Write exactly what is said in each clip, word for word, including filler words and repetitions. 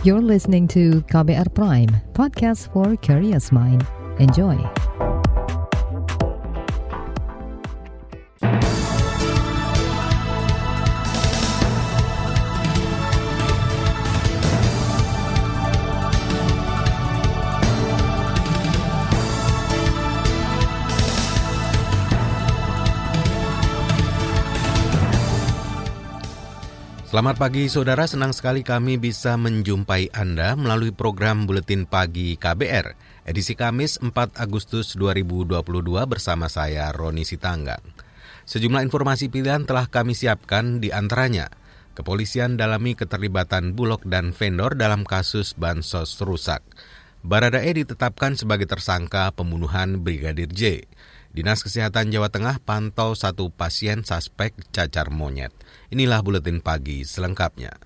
You're listening to K B R Prime, podcast for curious mind. Enjoy. Selamat pagi saudara, senang sekali kami bisa menjumpai Anda melalui program Buletin Pagi K B R, edisi Kamis empat Agustus dua ribu dua puluh dua bersama saya Roni Sitanggang. Sejumlah informasi pilihan telah kami siapkan, di antaranya kepolisian dalami keterlibatan Bulog dan vendor dalam kasus bansos rusak. Baradae ditetapkan sebagai tersangka pembunuhan Brigadir J. Dinas Kesehatan Jawa Tengah pantau satu pasien suspek cacar monyet. Inilah Buletin Pagi selengkapnya.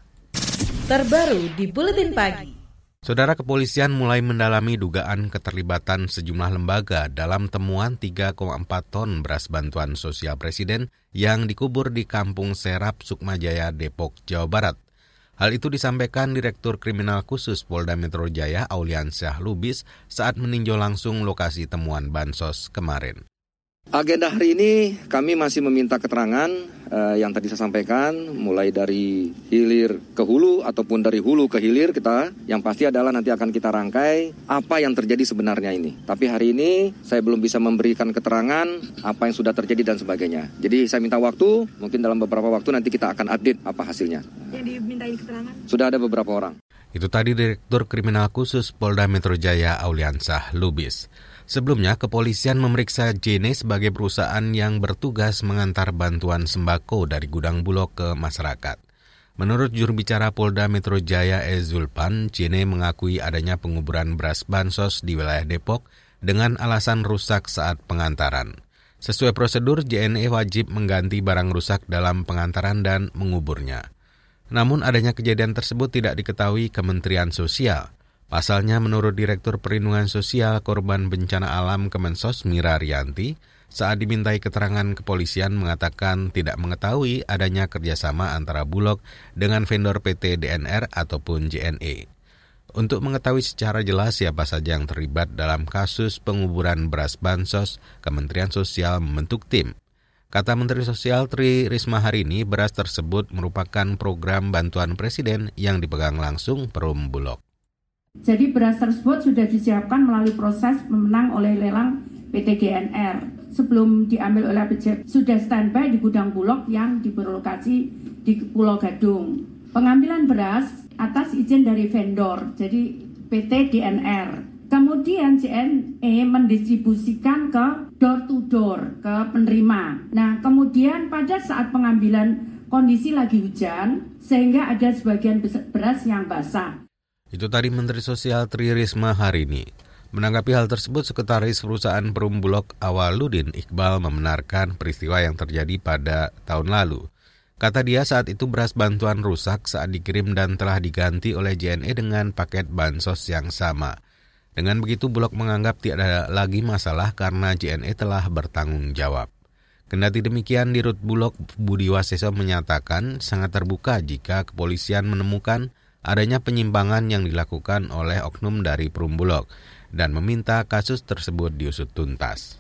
Terbaru di Buletin Pagi. Saudara, kepolisian mulai mendalami dugaan keterlibatan sejumlah lembaga dalam temuan tiga koma empat ton beras bantuan sosial Presiden yang dikubur di Kampung Serap, Sukmajaya, Depok, Jawa Barat. Hal itu disampaikan Direktur Kriminal Khusus Polda Metro Jaya, Auliansyah Lubis, saat meninjau langsung lokasi temuan bansos kemarin. Agenda hari ini kami masih meminta keterangan eh, yang tadi saya sampaikan, mulai dari hilir ke hulu ataupun dari hulu ke hilir kita. Yang pasti adalah nanti akan kita rangkai apa yang terjadi sebenarnya ini. Tapi hari ini saya belum bisa memberikan keterangan apa yang sudah terjadi dan sebagainya. Jadi saya minta waktu, mungkin dalam beberapa waktu nanti kita akan update apa hasilnya. Yang dimintain keterangan? Sudah ada beberapa orang. Itu tadi Direktur Kriminal Khusus Polda Metro Jaya, Auliansyah Lubis. Sebelumnya, kepolisian memeriksa Jene sebagai perusahaan yang bertugas mengantar bantuan sembako dari gudang Bulog ke masyarakat. Menurut juru bicara Polda Metro Jaya E. Zulpan, Jene mengakui adanya penguburan beras bansos di wilayah Depok dengan alasan rusak saat pengantaran. Sesuai prosedur, J N E wajib mengganti barang rusak dalam pengantaran dan menguburnya. Namun adanya kejadian tersebut tidak diketahui Kementerian Sosial. Pasalnya, menurut Direktur Perlindungan Sosial Korban Bencana Alam Kemensos Mira Rianti, saat dimintai keterangan kepolisian mengatakan tidak mengetahui adanya kerjasama antara Bulog dengan vendor P T D N R ataupun J N E. Untuk mengetahui secara jelas siapa saja yang terlibat dalam kasus penguburan beras bansos, Kementerian Sosial membentuk tim. Kata Menteri Sosial Tri Risma hari ini, beras tersebut merupakan program bantuan Presiden yang dipegang langsung Perum Bulog. Jadi beras tersebut sudah disiapkan melalui proses pemenang oleh lelang P T D N R. Sebelum diambil oleh A P J sudah standby di gudang Bulog yang berlokasi di Pulau Gadung. Pengambilan beras atas izin dari vendor, jadi P T D N R. Kemudian J N E mendistribusikan ke door to door, ke penerima. Nah, kemudian pada saat pengambilan kondisi lagi hujan, sehingga ada sebagian beras yang basah. Itu tadi Menteri Sosial Tri Risma hari ini. Menanggapi hal tersebut, Sekretaris Perusahaan Perum Bulog Awaludin Iqbal membenarkan peristiwa yang terjadi pada tahun lalu. Kata dia, saat itu beras bantuan rusak saat dikirim dan telah diganti oleh J N E dengan paket bansos yang sama. Dengan begitu, Bulog menganggap tidak ada lagi masalah karena J N E telah bertanggung jawab. Kendati demikian, Dirut Bulog Budi Waseso menyatakan sangat terbuka jika kepolisian menemukan adanya penyimpangan yang dilakukan oleh oknum dari Perum Bulog dan meminta kasus tersebut diusut tuntas.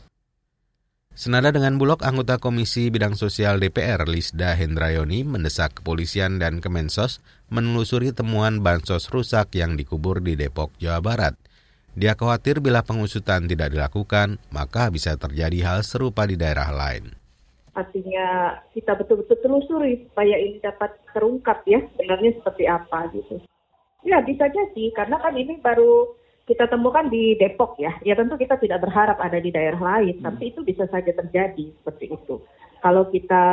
Senada dengan Bulog, anggota Komisi Bidang Sosial D P R Lisda Hendrayoni mendesak kepolisian dan Kemensos menelusuri temuan bansos rusak yang dikubur di Depok, Jawa Barat. Dia khawatir bila pengusutan tidak dilakukan, maka bisa terjadi hal serupa di daerah lain. Artinya kita betul-betul telusuri supaya ini dapat terungkap ya sebenarnya seperti apa gitu. Ya bisa jadi karena kan ini baru kita temukan di Depok ya. Ya tentu kita tidak berharap ada di daerah lain, hmm. tapi itu bisa saja terjadi seperti itu. Kalau kita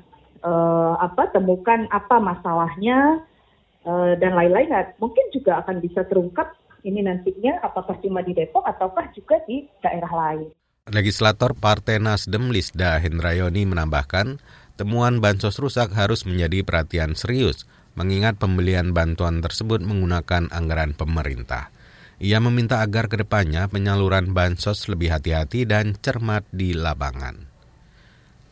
eh, apa temukan apa masalahnya eh, dan lain-lain, mungkin juga akan bisa terungkap ini nantinya apakah cuma di Depok ataukah juga di daerah lain. Legislator Partai Nasdem Lisda Hendrayoni menambahkan, temuan bansos rusak harus menjadi perhatian serius, mengingat pembelian bantuan tersebut menggunakan anggaran pemerintah. Ia meminta agar ke depannya penyaluran bansos lebih hati-hati dan cermat di lapangan.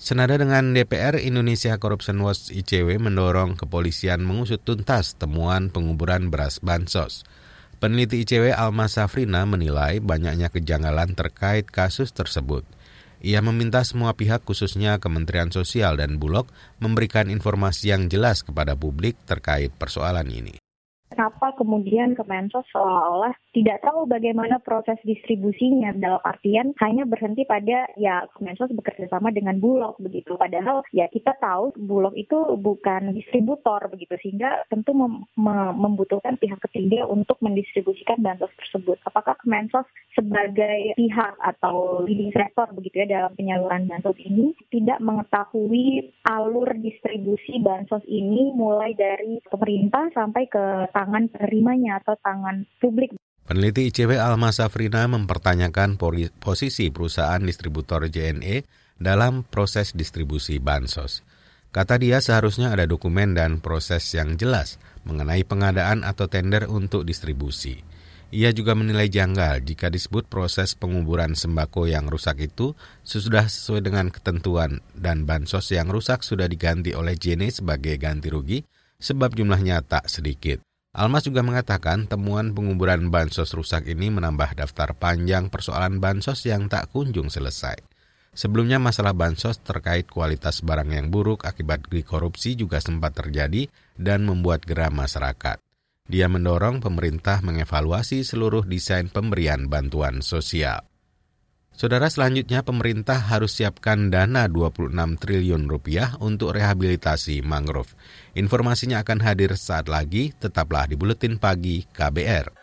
Senada dengan D P R, Indonesia Corruption Watch I C W mendorong kepolisian mengusut tuntas temuan penguburan beras bansos. Peneliti I C W Alma Safrina menilai banyaknya kejanggalan terkait kasus tersebut. Ia meminta semua pihak khususnya Kementerian Sosial dan Bulog memberikan informasi yang jelas kepada publik terkait persoalan ini. Kenapa kemudian Kemensos seolah-olah tidak tahu bagaimana proses distribusinya, dalam artian hanya berhenti pada ya Kemensos bekerja sama dengan Bulog begitu. Padahal ya kita tahu Bulog itu bukan distributor begitu, sehingga tentu mem- mem- membutuhkan pihak ketiga untuk mendistribusikan bansos tersebut. Apakah Kemensos sebagai pihak atau leading sector begitu ya dalam penyaluran bansos ini tidak mengetahui alur distribusi bansos ini mulai dari pemerintah sampai ke tangan penerimanya atau tangan publik. Peneliti I C W Alma Safrina mempertanyakan posisi perusahaan distributor J N E dalam proses distribusi bansos. Kata dia seharusnya ada dokumen dan proses yang jelas mengenai pengadaan atau tender untuk distribusi. Ia juga menilai janggal jika disebut proses penguburan sembako yang rusak itu sudah sesuai dengan ketentuan dan bansos yang rusak sudah diganti oleh J N E sebagai ganti rugi sebab jumlahnya tak sedikit. Almas juga mengatakan temuan penguburan bansos rusak ini menambah daftar panjang persoalan bansos yang tak kunjung selesai. Sebelumnya masalah bansos terkait kualitas barang yang buruk akibat korupsi juga sempat terjadi dan membuat geram masyarakat. Dia mendorong pemerintah mengevaluasi seluruh desain pemberian bantuan sosial. Saudara, selanjutnya pemerintah harus siapkan dana dua puluh enam triliun rupiah untuk rehabilitasi mangrove. Informasinya akan hadir saat lagi, tetaplah di Buletin Pagi K B R.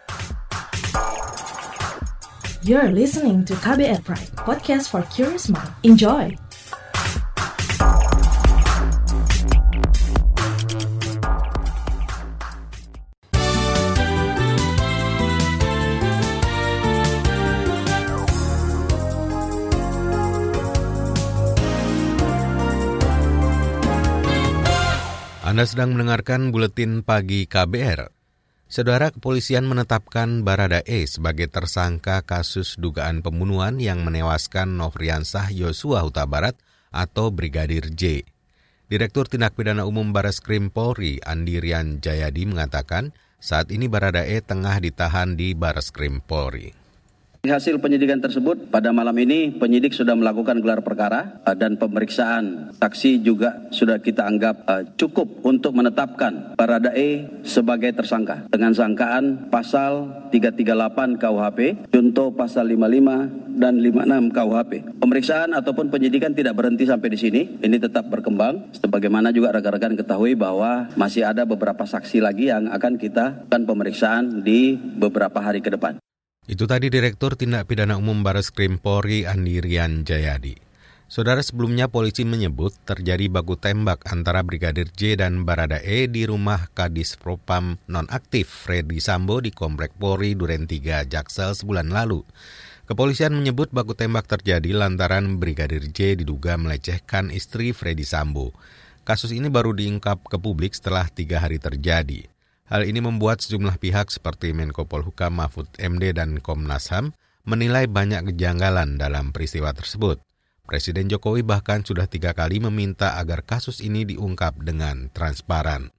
You're listening to K B R Prime, podcast for curious mind. Enjoy! Anda sedang mendengarkan Buletin Pagi K B R. Saudara, kepolisian menetapkan Baradae sebagai tersangka kasus dugaan pembunuhan yang menewaskan Nofriansah Yosua Huta Barat atau Brigadir J. Direktur Tindak Pidana Umum Bareskrim Polri, Andi Rian Jayadi mengatakan saat ini Baradae tengah ditahan di Bareskrim Polri. Hasil penyidikan tersebut, pada malam ini penyidik sudah melakukan gelar perkara dan pemeriksaan saksi juga sudah kita anggap uh, cukup untuk menetapkan Baradae sebagai tersangka dengan sangkaan pasal tiga tiga delapan K U H P, contoh pasal lima puluh lima dan lima puluh enam K U H P. Pemeriksaan ataupun penyidikan tidak berhenti sampai di sini, ini tetap berkembang. Sebagaimana juga rekan-rekan ketahui bahwa masih ada beberapa saksi lagi yang akan kita lakukan pemeriksaan di beberapa hari ke depan. Itu tadi Direktur Tindak Pidana Umum Bareskrim Polri Andi Rian Jayadi. Saudara, sebelumnya polisi menyebut terjadi baku tembak antara Brigadir J dan Baradae di rumah Kadis Propam nonaktif Freddy Sambo di Komplek Polri Duren tiga Jaksel sebulan lalu. Kepolisian menyebut baku tembak terjadi lantaran Brigadir J diduga melecehkan istri Freddy Sambo. Kasus ini baru diungkap ke publik setelah tiga hari terjadi. Hal ini membuat sejumlah pihak seperti Menko Polhukam Mahfud M D dan Komnas H A M menilai banyak kejanggalan dalam peristiwa tersebut. Presiden Jokowi bahkan sudah tiga kali meminta agar kasus ini diungkap dengan transparan.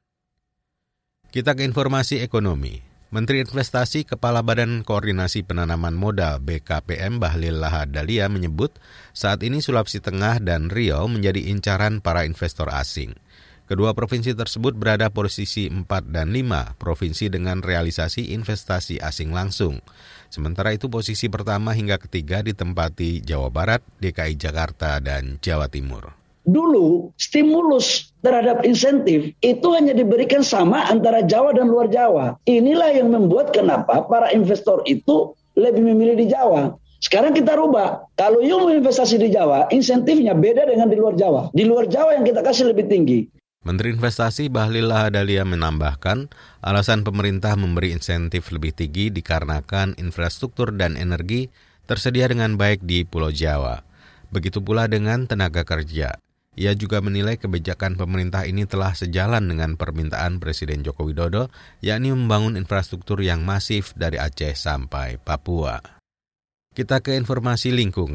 Kita ke informasi ekonomi. Menteri Investasi Kepala Badan Koordinasi Penanaman Modal B K P M Bahlil Lahadalia menyebut saat ini Sulawesi Tengah dan Riau menjadi incaran para investor asing. Kedua provinsi tersebut berada posisi empat dan lima provinsi dengan realisasi investasi asing langsung. Sementara itu posisi pertama hingga ketiga ditempati Jawa Barat, D K I Jakarta, dan Jawa Timur. Dulu stimulus terhadap insentif itu hanya diberikan sama antara Jawa dan luar Jawa. Inilah yang membuat kenapa para investor itu lebih memilih di Jawa. Sekarang kita rubah. Kalau you mau investasi di Jawa, insentifnya beda dengan di luar Jawa. Di luar Jawa yang kita kasih lebih tinggi. Menteri Investasi Bahlil Lahadalia menambahkan, alasan pemerintah memberi insentif lebih tinggi dikarenakan infrastruktur dan energi tersedia dengan baik di Pulau Jawa. Begitu pula dengan tenaga kerja. Ia juga menilai kebijakan pemerintah ini telah sejalan dengan permintaan Presiden Joko Widodo, yakni membangun infrastruktur yang masif dari Aceh sampai Papua. Kita ke informasi lingkungan.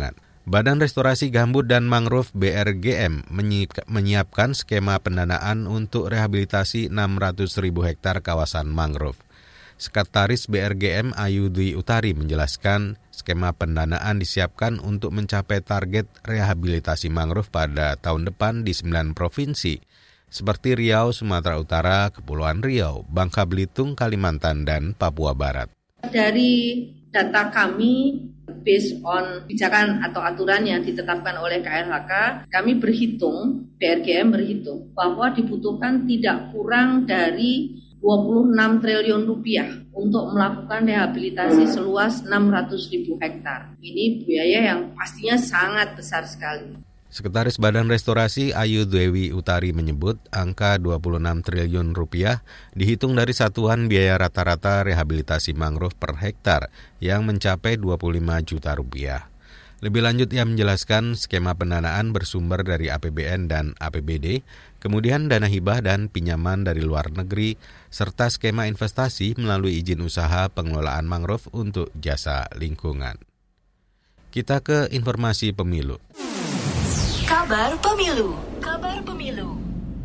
Badan Restorasi Gambut dan Mangrove B R G M menyiapkan skema pendanaan untuk rehabilitasi enam ratus ribu hektar kawasan mangrove. Sekretaris B R G M Ayu Dwi Utari menjelaskan skema pendanaan disiapkan untuk mencapai target rehabilitasi mangrove pada tahun depan di sembilan provinsi, seperti Riau, Sumatera Utara, Kepulauan Riau, Bangka Belitung, Kalimantan, dan Papua Barat. Dari data kami, based on kebijakan atau aturan yang ditetapkan oleh K L H K, kami berhitung, B R G M berhitung, bahwa dibutuhkan tidak kurang dari dua puluh enam triliun rupiah untuk melakukan rehabilitasi seluas enam ratus ribu hektar. Ini biaya yang pastinya sangat besar sekali. Sekretaris Badan Restorasi Ayu Dewi Utari menyebut angka dua puluh enam triliun rupiah dihitung dari satuan biaya rata-rata rehabilitasi mangrove per hektar yang mencapai dua puluh lima juta rupiah. Lebih lanjut ia menjelaskan skema pendanaan bersumber dari A P B N dan A P B D, kemudian dana hibah dan pinjaman dari luar negeri, serta skema investasi melalui izin usaha pengelolaan mangrove untuk jasa lingkungan. Kita ke informasi pemilu. Kabar Pemilu. Kabar Pemilu.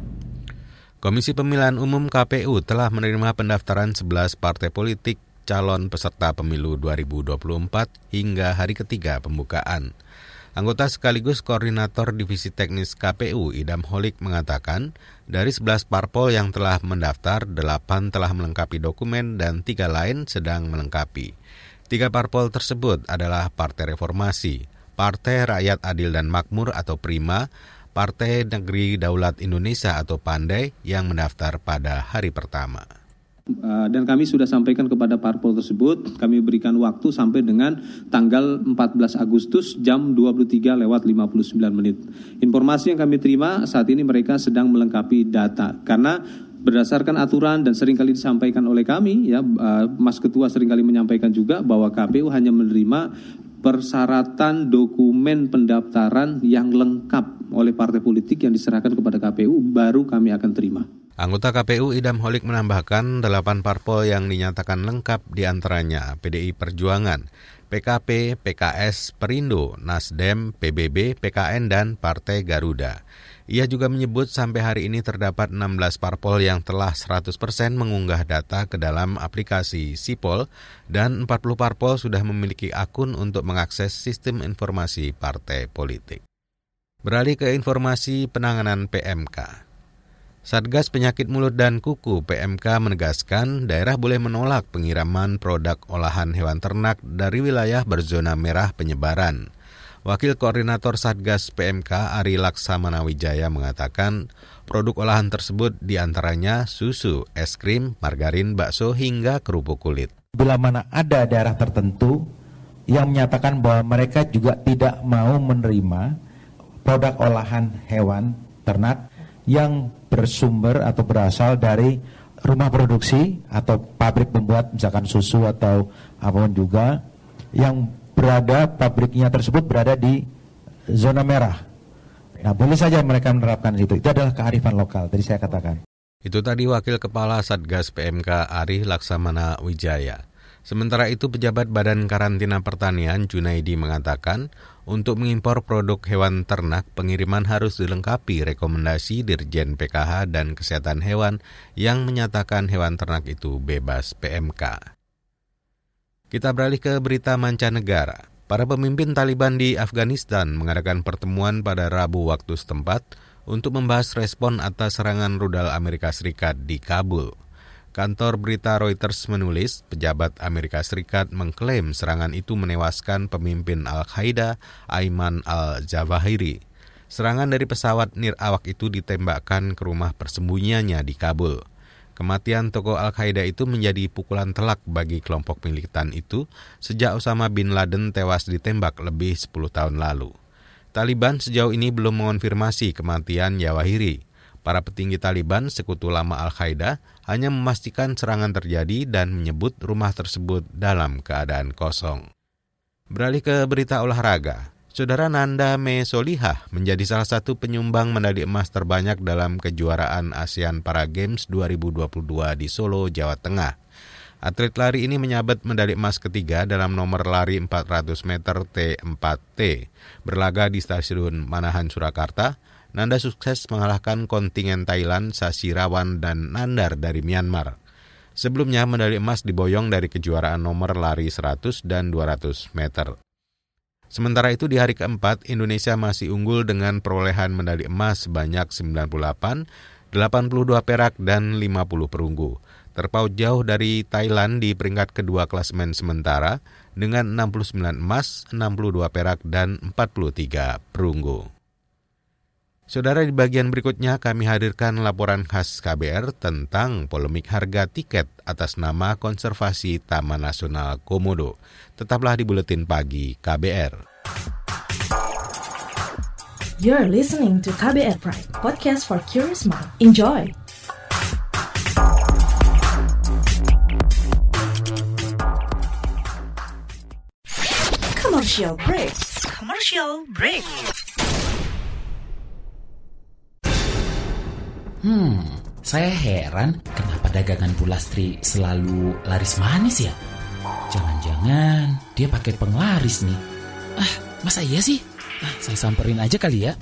Komisi Pemilihan Umum K P U telah menerima pendaftaran sebelas partai politik calon peserta pemilu dua ribu dua puluh empat hingga hari ketiga pembukaan. Anggota sekaligus Koordinator Divisi Teknis K P U Idam Holik mengatakan, dari sebelas parpol yang telah mendaftar, delapan telah melengkapi dokumen dan tiga lain sedang melengkapi. Tiga parpol tersebut adalah Partai Reformasi, Partai Rakyat Adil dan Makmur atau Prima, Partai Negeri Daulat Indonesia atau Pandai yang mendaftar pada hari pertama. Dan kami sudah sampaikan kepada parpol tersebut, kami berikan waktu sampai dengan tanggal empat belas Agustus jam dua puluh tiga lewat lima puluh sembilan menit. Informasi yang kami terima saat ini mereka sedang melengkapi data, karena berdasarkan aturan dan seringkali disampaikan oleh kami, ya Mas Ketua seringkali menyampaikan juga bahwa K P U hanya menerima persyaratan dokumen pendaftaran yang lengkap oleh partai politik yang diserahkan kepada K P U, baru kami akan terima. Anggota K P U Idam Holik menambahkan delapan parpol yang dinyatakan lengkap diantaranya P D I Perjuangan, P K P, P K S, Perindo, Nasdem, P B B, P K N, dan Partai Garuda. Ia juga menyebut sampai hari ini terdapat enam belas parpol yang telah seratus persen mengunggah data ke dalam aplikasi Sipol dan empat puluh parpol sudah memiliki akun untuk mengakses sistem informasi partai politik. Beralih ke informasi penanganan P M K. Satgas Penyakit Mulut dan Kuku P M K menegaskan daerah boleh menolak pengiriman produk olahan hewan ternak dari wilayah berzona merah penyebaran. Wakil Koordinator Satgas P M K Ari Laksamana Wijaya mengatakan produk olahan tersebut diantaranya susu, es krim, margarin, bakso, hingga kerupuk kulit. Bila mana ada daerah tertentu yang menyatakan bahwa mereka juga tidak mau menerima produk olahan hewan ternak yang bersumber atau berasal dari rumah produksi atau pabrik pembuat misalkan susu atau apapun juga yang berada, pabriknya tersebut berada di zona merah. Nah, boleh saja mereka menerapkan itu. Itu adalah kearifan lokal, tadi saya katakan. Itu tadi Wakil Kepala Satgas P M K Ari Laksamana Wijaya. Sementara itu, pejabat Badan Karantina Pertanian Junaidi mengatakan, untuk mengimpor produk hewan ternak, pengiriman harus dilengkapi rekomendasi Dirjen P K H dan Kesehatan Hewan yang menyatakan hewan ternak itu bebas P M K. Kita beralih ke berita mancanegara. Para pemimpin Taliban di Afghanistan mengadakan pertemuan pada Rabu waktu setempat untuk membahas respon atas serangan rudal Amerika Serikat di Kabul. Kantor berita Reuters menulis, pejabat Amerika Serikat mengklaim serangan itu menewaskan pemimpin Al-Qaeda Ayman al-Zawahiri. Serangan dari pesawat nirawak itu ditembakkan ke rumah persembunyiannya di Kabul. Kematian tokoh Al-Qaeda itu menjadi pukulan telak bagi kelompok militan itu sejak Osama bin Laden tewas ditembak lebih sepuluh tahun lalu. Taliban sejauh ini belum mengonfirmasi kematian Zawahiri. Para petinggi Taliban, sekutu lama Al-Qaeda, hanya memastikan serangan terjadi dan menyebut rumah tersebut dalam keadaan kosong. Beralih ke berita olahraga. Saudara Nanda Me Solihah menjadi salah satu penyumbang medali emas terbanyak dalam kejuaraan ASEAN Para Games dua ribu dua puluh dua di Solo, Jawa Tengah. Atlet lari ini menyabet medali emas ketiga dalam nomor lari empat ratus meter T empat T. Berlaga di Stasiun Manahan, Surakarta, Nanda sukses mengalahkan kontingen Thailand Sasirawan dan Nandar dari Myanmar. Sebelumnya medali emas diboyong dari kejuaraan nomor lari seratus dan dua ratus meter. Sementara itu di hari keempat, Indonesia masih unggul dengan perolehan medali emas sebanyak sembilan puluh delapan, delapan puluh dua perak, dan lima puluh perunggu. Terpaut jauh dari Thailand di peringkat kedua klasemen sementara dengan enam puluh sembilan emas, enam puluh dua perak, dan empat puluh tiga perunggu. Saudara, di bagian berikutnya kami hadirkan laporan khas K B R tentang polemik harga tiket atas nama konservasi Taman Nasional Komodo. Tetaplah di Buletin Pagi K B R. You're listening to K B R Prime, podcast for curious mind. Enjoy! Commercial break. Commercial break. Hmm, saya heran kenapa dagangan Bu Lastri selalu laris manis ya? Jangan-jangan dia pakai penglaris nih. Ah, masa iya sih? Ah, saya samperin aja kali ya.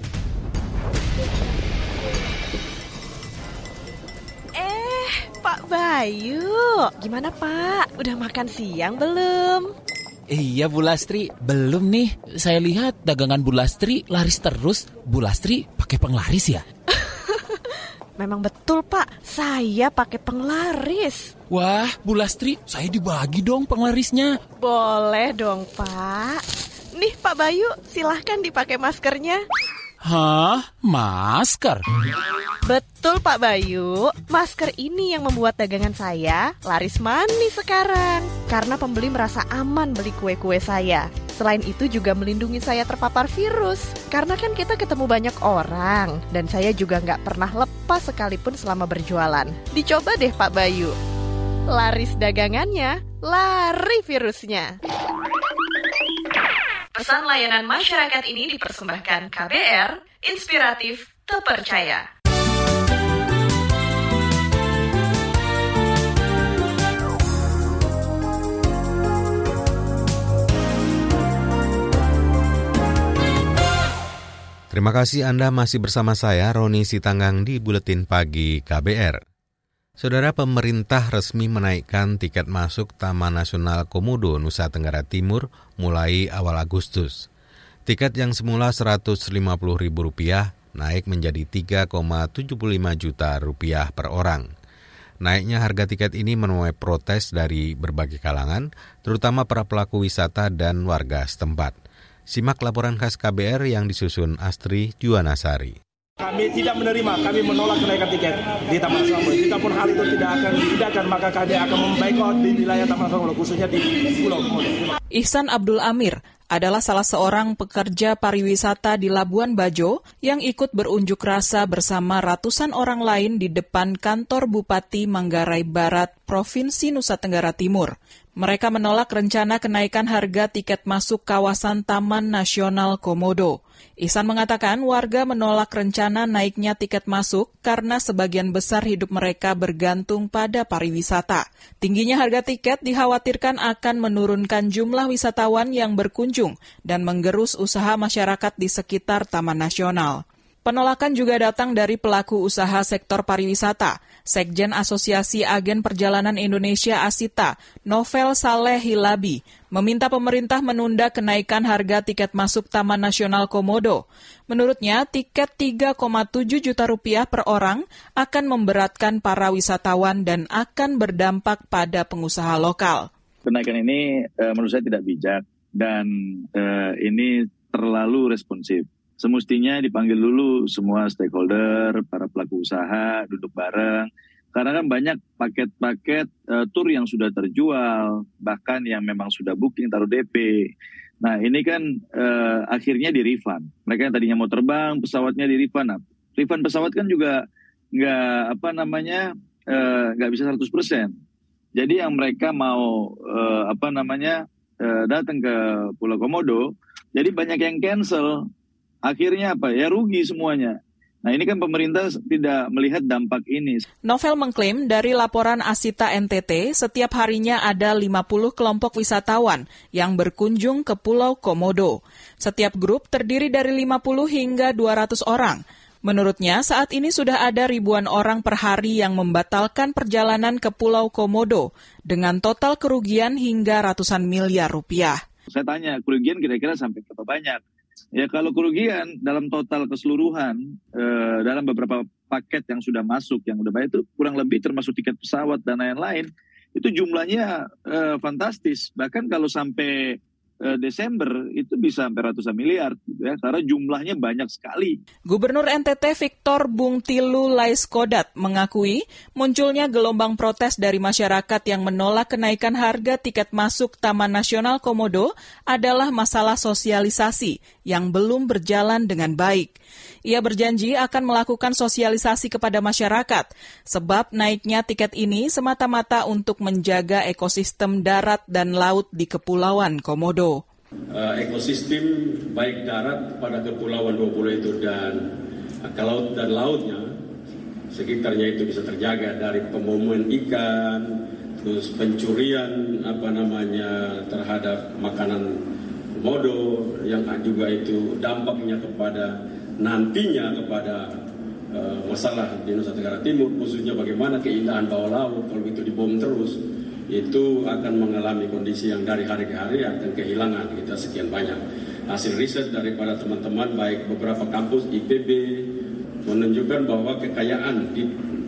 Eh, Pak Bayu, gimana Pak? Udah makan siang belum? Iya Bu Lastri, belum nih. Saya lihat dagangan Bu Lastri laris terus. Bu Lastri pakai penglaris ya? Memang betul Pak, saya pakai penglaris. Wah, Bu Lastri, saya dibagi dong penglarisnya. Boleh dong Pak. Nih Pak Bayu, silahkan dipakai maskernya. Hah? Masker? Betul Pak Bayu, masker ini yang membuat dagangan saya laris manis sekarang. Karena pembeli merasa aman beli kue-kue saya. Selain itu juga melindungi saya terpapar virus. Karena kan kita ketemu banyak orang. Dan saya juga nggak pernah lepas sekalipun selama berjualan. Dicoba deh Pak Bayu. Laris dagangannya, lari virusnya. Pesan layanan masyarakat ini dipersembahkan K B R, inspiratif, terpercaya. Terima kasih Anda masih bersama saya, Roni Sitanggang, di Buletin Pagi K B R. Saudara, pemerintah resmi menaikkan tiket masuk Taman Nasional Komodo, Nusa Tenggara Timur mulai awal Agustus. Tiket yang semula seratus lima puluh ribu rupiah naik menjadi tiga koma tujuh lima juta rupiah per orang. Naiknya harga tiket ini menuai protes dari berbagai kalangan, terutama para pelaku wisata dan warga setempat. Simak laporan khas K B R yang disusun Astri Juwanasari. Kami tidak menerima, kami menolak kenaikan tiket di Taman Nasional Komodo. Jikapun hal itu tidak akan diindahkan, maka K B R akan memboikot di wilayah Taman Nasional Komodo, khususnya di Pulau Komodo. Ihsan Abdul Amir adalah salah seorang pekerja pariwisata di Labuan Bajo yang ikut berunjuk rasa bersama ratusan orang lain di depan kantor Bupati Manggarai Barat, Provinsi Nusa Tenggara Timur. Mereka menolak rencana kenaikan harga tiket masuk kawasan Taman Nasional Komodo. Ihsan mengatakan warga menolak rencana naiknya tiket masuk karena sebagian besar hidup mereka bergantung pada pariwisata. Tingginya harga tiket dikhawatirkan akan menurunkan jumlah wisatawan yang berkunjung dan menggerus usaha masyarakat di sekitar Taman Nasional. Penolakan juga datang dari pelaku usaha sektor pariwisata. Sekjen Asosiasi Agen Perjalanan Indonesia Asita, Novel Saleh Hilabi, meminta pemerintah menunda kenaikan harga tiket masuk Taman Nasional Komodo. Menurutnya, tiket tiga koma tujuh juta rupiah per orang akan memberatkan para wisatawan dan akan berdampak pada pengusaha lokal. Kenaikan ini uh, menurut saya tidak bijak dan uh, ini terlalu responsif. Semestinya dipanggil dulu semua stakeholder, para pelaku usaha, duduk bareng. Karena kan banyak paket-paket uh, tur yang sudah terjual, bahkan yang memang sudah booking taruh D P. Nah ini kan uh, akhirnya di-refund. Mereka yang tadinya mau terbang, pesawatnya di-refund. Nah, refund pesawat kan juga nggak apa namanya uh, nggak bisa seratus persen. Jadi yang mereka mau uh, apa namanya uh, datang ke Pulau Komodo, jadi banyak yang cancel. Akhirnya apa? Ya rugi semuanya. Nah ini kan pemerintah tidak melihat dampak ini. Novel mengklaim dari laporan Asita N T T, setiap harinya ada lima puluh kelompok wisatawan yang berkunjung ke Pulau Komodo. Setiap grup terdiri dari lima puluh hingga dua ratus orang. Menurutnya, saat ini sudah ada ribuan orang per hari yang membatalkan perjalanan ke Pulau Komodo dengan total kerugian hingga ratusan miliar rupiah. Saya tanya, kerugian kira-kira sampai berapa banyak? Ya kalau kerugian dalam total keseluruhan eh, dalam beberapa paket yang sudah masuk, yang udah bayar itu kurang lebih termasuk tiket pesawat dan lain-lain, itu jumlahnya eh, fantastis. Bahkan kalau sampai eh, Desember itu bisa sampai ratusan miliar, ya, karena jumlahnya banyak sekali. Gubernur N T T Victor Bungtilu Laiskodat mengakui munculnya gelombang protes dari masyarakat yang menolak kenaikan harga tiket masuk Taman Nasional Komodo adalah masalah sosialisasi yang belum berjalan dengan baik. Ia berjanji akan melakukan sosialisasi kepada masyarakat, sebab naiknya tiket ini semata-mata untuk menjaga ekosistem darat dan laut di Kepulauan Komodo. Uh, ekosistem baik darat pada Kepulauan dua puluh itu dan uh, ke laut dan lautnya, sekitarnya itu bisa terjaga dari pembunuhan ikan, terus pencurian apa namanya terhadap makanan komodo yang juga itu dampaknya kepada nantinya kepada uh, masalah di Nusa Tenggara Timur, khususnya bagaimana keindahan bawah laut kalau itu dibom terus, itu akan mengalami kondisi yang dari hari ke hari akan kehilangan kita sekian banyak. Hasil riset daripada teman-teman baik beberapa kampus I P B menunjukkan bahwa kekayaan di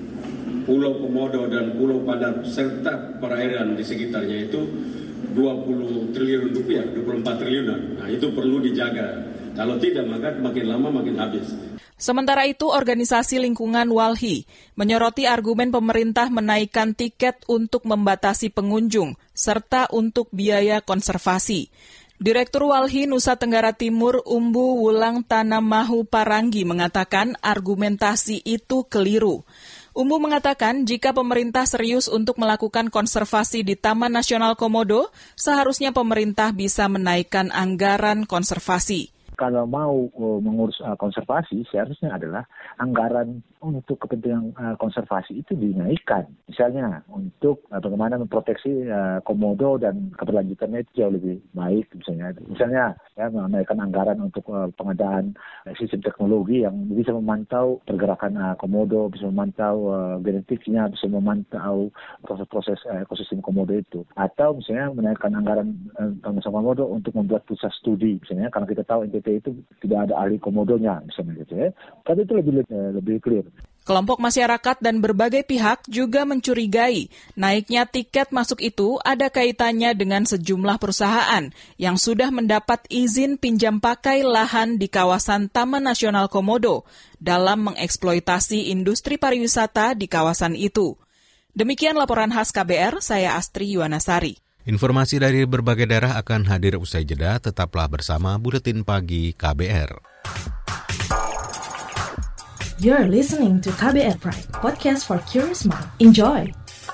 Pulau Komodo dan Pulau Padar serta perairan di sekitarnya itu dua puluh triliun rupiah, dua puluh empat triliunan. Nah, itu perlu dijaga. Kalau tidak, maka makin lama makin habis. Sementara itu, organisasi lingkungan Walhi menyoroti argumen pemerintah menaikkan tiket untuk membatasi pengunjung, serta untuk biaya konservasi. Direktur Walhi Nusa Tenggara Timur Umbu Wulang Tanamahu Paranggi mengatakan argumentasi itu keliru. Umbu mengatakan jika pemerintah serius untuk melakukan konservasi di Taman Nasional Komodo, seharusnya pemerintah bisa menaikkan anggaran konservasi. Kalau mau uh, mengurus uh, konservasi, seharusnya adalah anggaran untuk kepentingan uh, konservasi itu dinaikkan. Misalnya untuk uh, bagaimana memproteksi uh, komodo dan keberlanjutannya itu jauh lebih baik. Misalnya, misalnya ya, menaikkan anggaran untuk uh, pengadaan uh, sistem teknologi yang bisa memantau pergerakan uh, komodo, bisa memantau uh, genetiknya, bisa memantau proses-proses uh, ekosistem komodo itu. Atau misalnya menaikkan anggaran uh, komodo untuk membuat pusat studi. Misalnya karena kita tahu N T T itu tidak ada ahli komodonya, misalnya gitu ya. Tapi itu lebih lebih clear. Kelompok masyarakat dan berbagai pihak juga mencurigai naiknya tiket masuk itu ada kaitannya dengan sejumlah perusahaan yang sudah mendapat izin pinjam pakai lahan di kawasan Taman Nasional Komodo dalam mengeksploitasi industri pariwisata di kawasan itu. Demikian laporan khas K B R, saya Astri Yuwanasari. Informasi dari berbagai daerah akan hadir usai jeda, tetaplah bersama Buletin Pagi K B R. You're listening to K B R Prime, podcast for curious mind. Enjoy!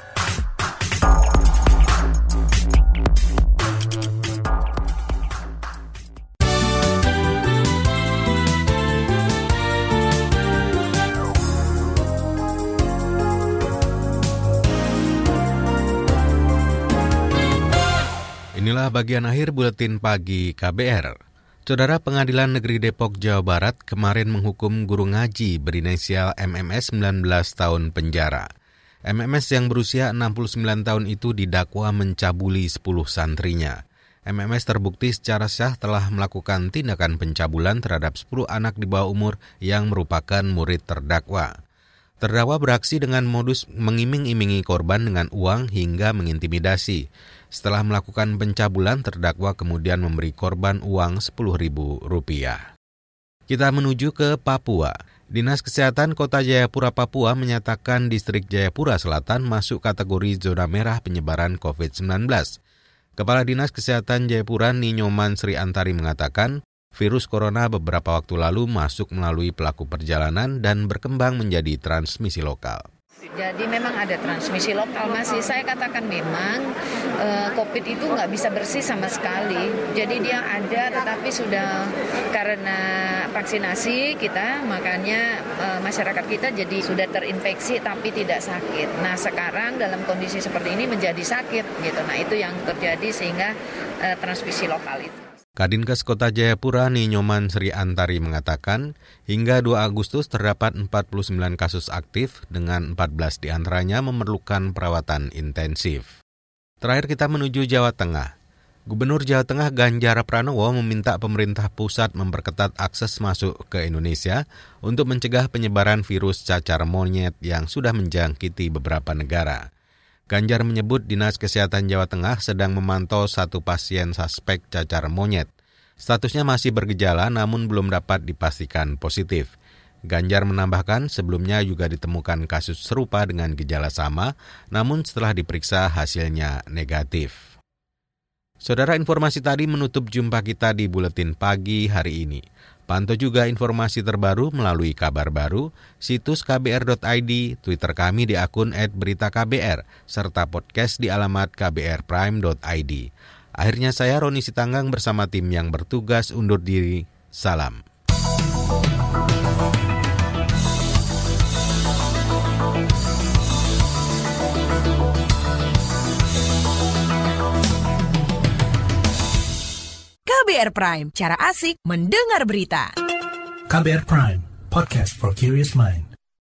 Inilah bagian akhir Buletin Pagi K B R. Saudara, Pengadilan Negeri Depok, Jawa Barat kemarin menghukum guru ngaji berinisial M M S sembilan belas tahun penjara. M M S yang berusia enam puluh sembilan tahun itu didakwa mencabuli sepuluh santrinya. M M S terbukti secara sah telah melakukan tindakan pencabulan terhadap sepuluh anak di bawah umur yang merupakan murid terdakwa. Terdakwa beraksi dengan modus mengiming-imingi korban dengan uang hingga mengintimidasi. Setelah melakukan pencabulan, terdakwa kemudian memberi korban uang sepuluh ribu rupiah. Kita menuju ke Papua. Dinas Kesehatan Kota Jayapura, Papua menyatakan distrik Jayapura Selatan masuk kategori zona merah penyebaran covid sembilan belas. Kepala Dinas Kesehatan Jayapura Ninyoman Sri Antari mengatakan, virus corona beberapa waktu lalu masuk melalui pelaku perjalanan dan berkembang menjadi transmisi lokal. Jadi memang ada transmisi lokal masih. Saya katakan memang eh, COVID itu nggak bisa bersih sama sekali. Jadi dia ada, tetapi sudah karena vaksinasi kita, makanya eh, masyarakat kita jadi sudah terinfeksi tapi tidak sakit. Nah sekarang dalam kondisi seperti ini menjadi sakit gitu. Nah itu yang terjadi sehingga eh, transmisi lokal itu. Kadinkes Kota Jayapura Ninyoman Sri Antari mengatakan, hingga dua Agustus terdapat empat puluh sembilan kasus aktif dengan empat belas diantaranya memerlukan perawatan intensif. Terakhir kita menuju Jawa Tengah. Gubernur Jawa Tengah Ganjar Pranowo meminta pemerintah pusat memperketat akses masuk ke Indonesia untuk mencegah penyebaran virus cacar monyet yang sudah menjangkiti beberapa negara. Ganjar menyebut Dinas Kesehatan Jawa Tengah sedang memantau satu pasien suspek cacar monyet. Statusnya masih bergejala namun belum dapat dipastikan positif. Ganjar menambahkan sebelumnya juga ditemukan kasus serupa dengan gejala sama, namun setelah diperiksa hasilnya negatif. Saudara, informasi tadi menutup jumpa kita di Buletin Pagi hari ini. Pantau juga informasi terbaru melalui kabar baru, situs k b r dot i d, Twitter kami di akun et berita k b r, serta podcast di alamat k b r prime dot i d. Akhirnya saya Roni Sitanggang bersama tim yang bertugas undur diri. Salam. K B R Prime, cara asik mendengar berita. K B R Prime, podcast for curious mind.